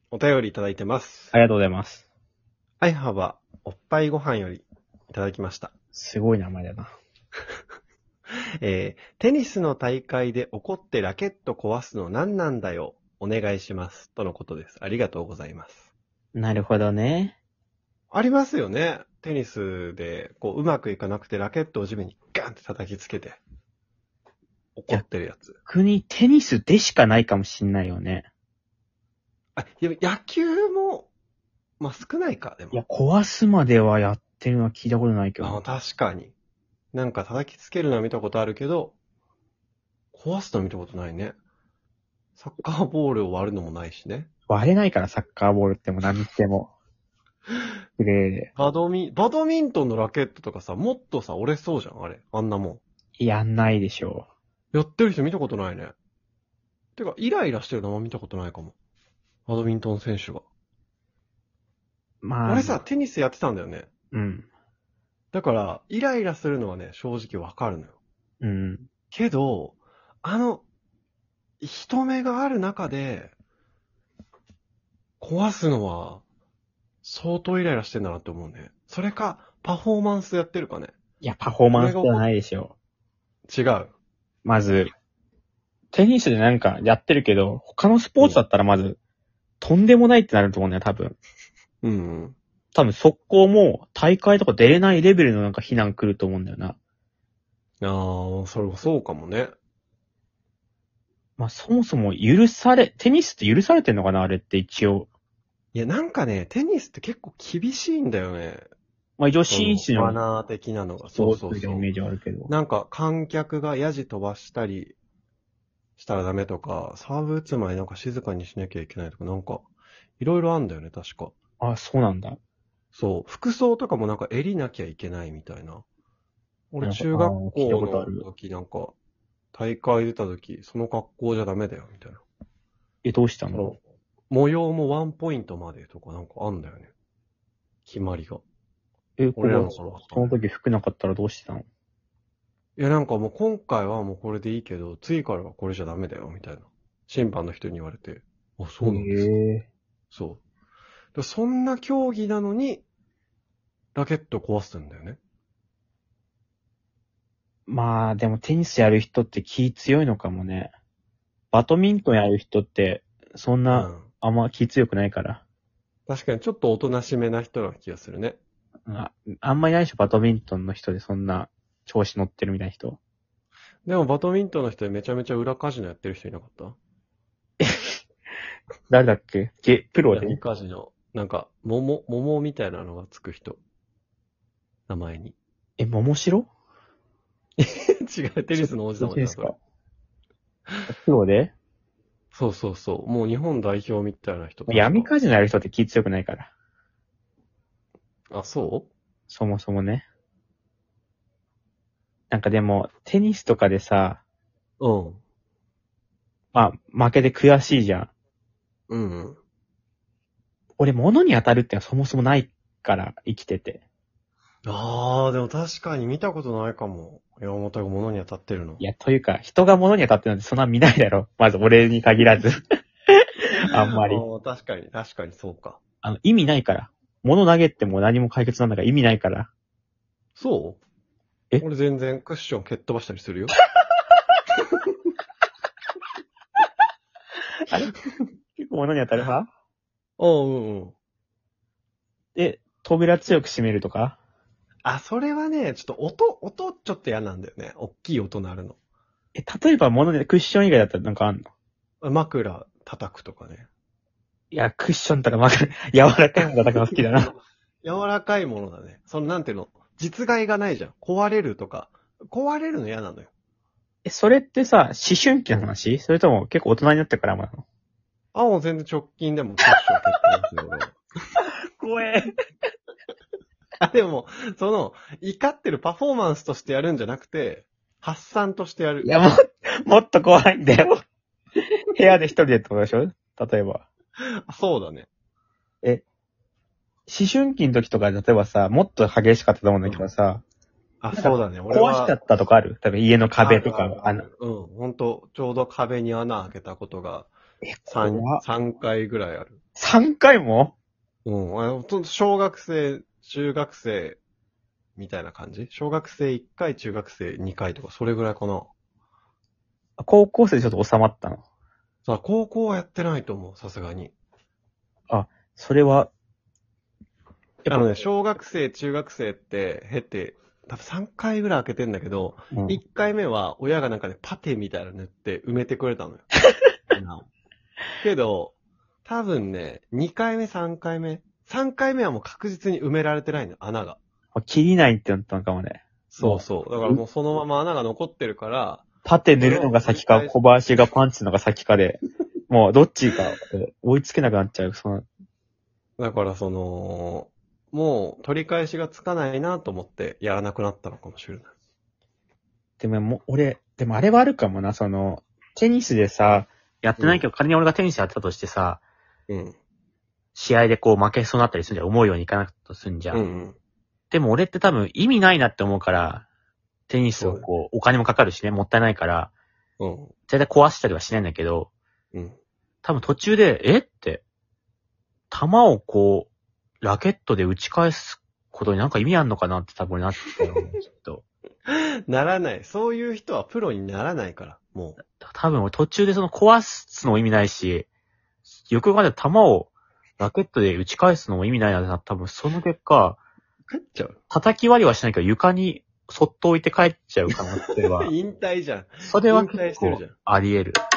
お便りいただいてます。 ありがとうございます。 愛幅おっぱいご飯よりいただきました。 すごい名前だな。 テニスの大会で怒ってラケット壊すの何なんだよ。お願いします。とのことです。ありがとうございます。 なるほどね。 ありますよね。テニスで、うまくいかなくてラケットを地面にガンって叩きつけて、怒ってるやつ。 逆にテニスでしかないかもしんないよね。 でも野球も、少ないか、でも。 いや、壊すまではやってるのは聞いたことないけど。 確かに。なんか叩きつけるのは見たことあるけど、壊すのは見たことないね。サッカーボールを割るのもないしね。 割れないからサッカーボールっても何しても。プレーで。 バドミントンのラケットとかさ、もっとさ、折れそうじゃん、あれ。あんなもやんないでしょん。やってる人見たことないね。てか、イライラしてるのも見たことないかも。バドミントン選手が。 う。まあ。 俺さ、テニスやってたんだよね。 うん。 だから、イライラするのはね、正直わかるのよ。 うん。 けど、人目がある中で、壊すのは、相当イライラしてんだなって思うね。それか、パフォーマンスやってるかね。 いや、パフォーマンスではないでしょ違う。 まず、テニスでなんかやってるけど、他のスポーツだったらまず、とんでもないってなると思うんだよ、多分。 うん。 多分速攻も大会とか出れないレベルのなんか非難来ると思うんだよな。 そうかもね。 まあそもそもテニスって許されてんのかなあれって一応。 いや、なんかね、テニスって結構厳しいんだよね。 まあ女子誌マのナー的なのが。 スポそうそうそう。 ーツのイメージはあるけど。 なんか観客がヤジ飛ばしたりしたらダメとか、サーブ打つ前なんか静かにしなきゃいけないとか、なんか、いろいろあんだよね、確か。 あ、そうなんだ。 そう。服装とかもなんか襟なきゃいけないみたいな。俺なんか中学聞いた校ことある。 の時なんか、大会出た時、その格好じゃダメだよ、みたいな。 どうしたの？ その、模様もワンポイントまでとかなんかあんだよね。決まりが。俺らの頃はその時服なかったらどうしてたの？ いやなんかもう今回はもうこれでいいけど、次からはこれじゃダメだよ、みたいな。審判の人に言われて、あ、そうなんですか。 え。 そう。そんな競技なのに、ラケット壊してんだよね。 まあでもテニスやる人って気強いのかもね。バドミントンやる人って、そんな、 うん。 あんま気強くないから。 確かにちょっとおとなしめな人な気がするね。 あんまりないでしょ、バドミントンの人でそんな調子乗ってるみたいな人。 でもバドミントンの人でめちゃめちゃ裏カジノやってる人いなかった？ 誰だっけ？プロ闇で？ カジノ。なんか、桃みたいなのがつく人。名前に。 桃城？ 違う、テニスの王子様じゃん、それ。 プロで？ そうそうそう。もう日本代表みたいな人確か。 闇カジノやる人って気強くないから。 あ、そそもそもね。なんかでも、テニスとかでさ、 う？うん。 まあ、負けて悔しいじゃん。 うんうん。 俺、物に当たるってのはそもそもないから、生きてて。 ああ、でも確かに見たことないかも。山本が物に当たってるの。 いや、というか、人が物に当たってるなんてそんな見ないだろ。まず俺に限らず。あんまり。 確かにそうか。 意味ないから。物投げても何も解決なんだから意味ないから。 そう俺全然クッション蹴っ飛ばしたりするよ。 あれ結構物に当たる派？ うん。 で、扉強く閉めるとか？ それはね、ちょっと音ちょっと嫌なんだよね。大きい音鳴るの。 例えば物でクッション以外だったらなんかあんの？ 枕叩くとかね。 いや、クッションとか柔らかいもの叩くの好きだな。 柔らかいものだね。なんていうの、実害がないじゃん。壊れるとか。壊れるの嫌なのよ。 それってさ、思春期の話？それとも結構大人になってからもなの？ もう全然直近でもクッション蹴ってますよ、俺。 怖え。 でも、怒ってるパフォーマンスとしてやるんじゃなくて、発散としてやる。 いや、もっと怖いんだよ。部屋で一人でってことでしょ？例えば。 そうだね。 思春期の時とか、例えばさ、もっと激しかったと思うんだけどさ、 そうだね。俺は。 壊しちゃったとかある？多分家の壁とか。 ほんと、ちょうど壁に穴開けたことが3回ぐらいある。 3回も小学生、中学生、みたいな感じ？小学生1回、中学生2回とか、それぐらいかな。 高校生でちょっと収まったの。 さあ、高校はやってないと思う、さすがに。 それは、 小学生、中学生って経て、多分3回ぐらい開けてんだけど、 うん 1回目は親がなんかね、パテみたいなの塗って埋めてくれたのよ。穴をけど、多分ね、2回目、3回目。3回目はもう確実に埋められてないの、穴が。 切りないってなったのかもね。 そうそう。だからもうそのまま穴が残ってるから、 パテ塗るのが先か、小林がパンチのが先かで、もうどっちか追いつけなくなっちゃう。 だからもう取り返しがつかないなと思ってやらなくなったのかもしれない。 でもでもあれはあるかもな、テニスでさ、やってないけど、仮に俺がテニスやってたとしてさ、 うん。 試合でこう負けそうになったりするんじゃん。思うようにいかなくとすんじゃん。 うんうん。 でも俺って多分意味ないなって思うから、テニスをこう、お金もかかるしね、もったいないから、 うん。 絶対壊したりはしないんだけど、 うん。 多分途中で、って、球をこう、ラケットで打ち返すことになんか意味あんのかなって多分なってたよね、きっと。 ならない。そういう人はプロにならないから、もう。 多分俺途中で壊すのも意味ないし、よく考えたら球をラケットで打ち返すのも意味ないなってな多分その結果、 帰っちゃう。 叩き割りはしないけど床にそっと置いて帰っちゃう可能性は。 引退じゃん。 それは引退結構してるじゃん。 あり得る。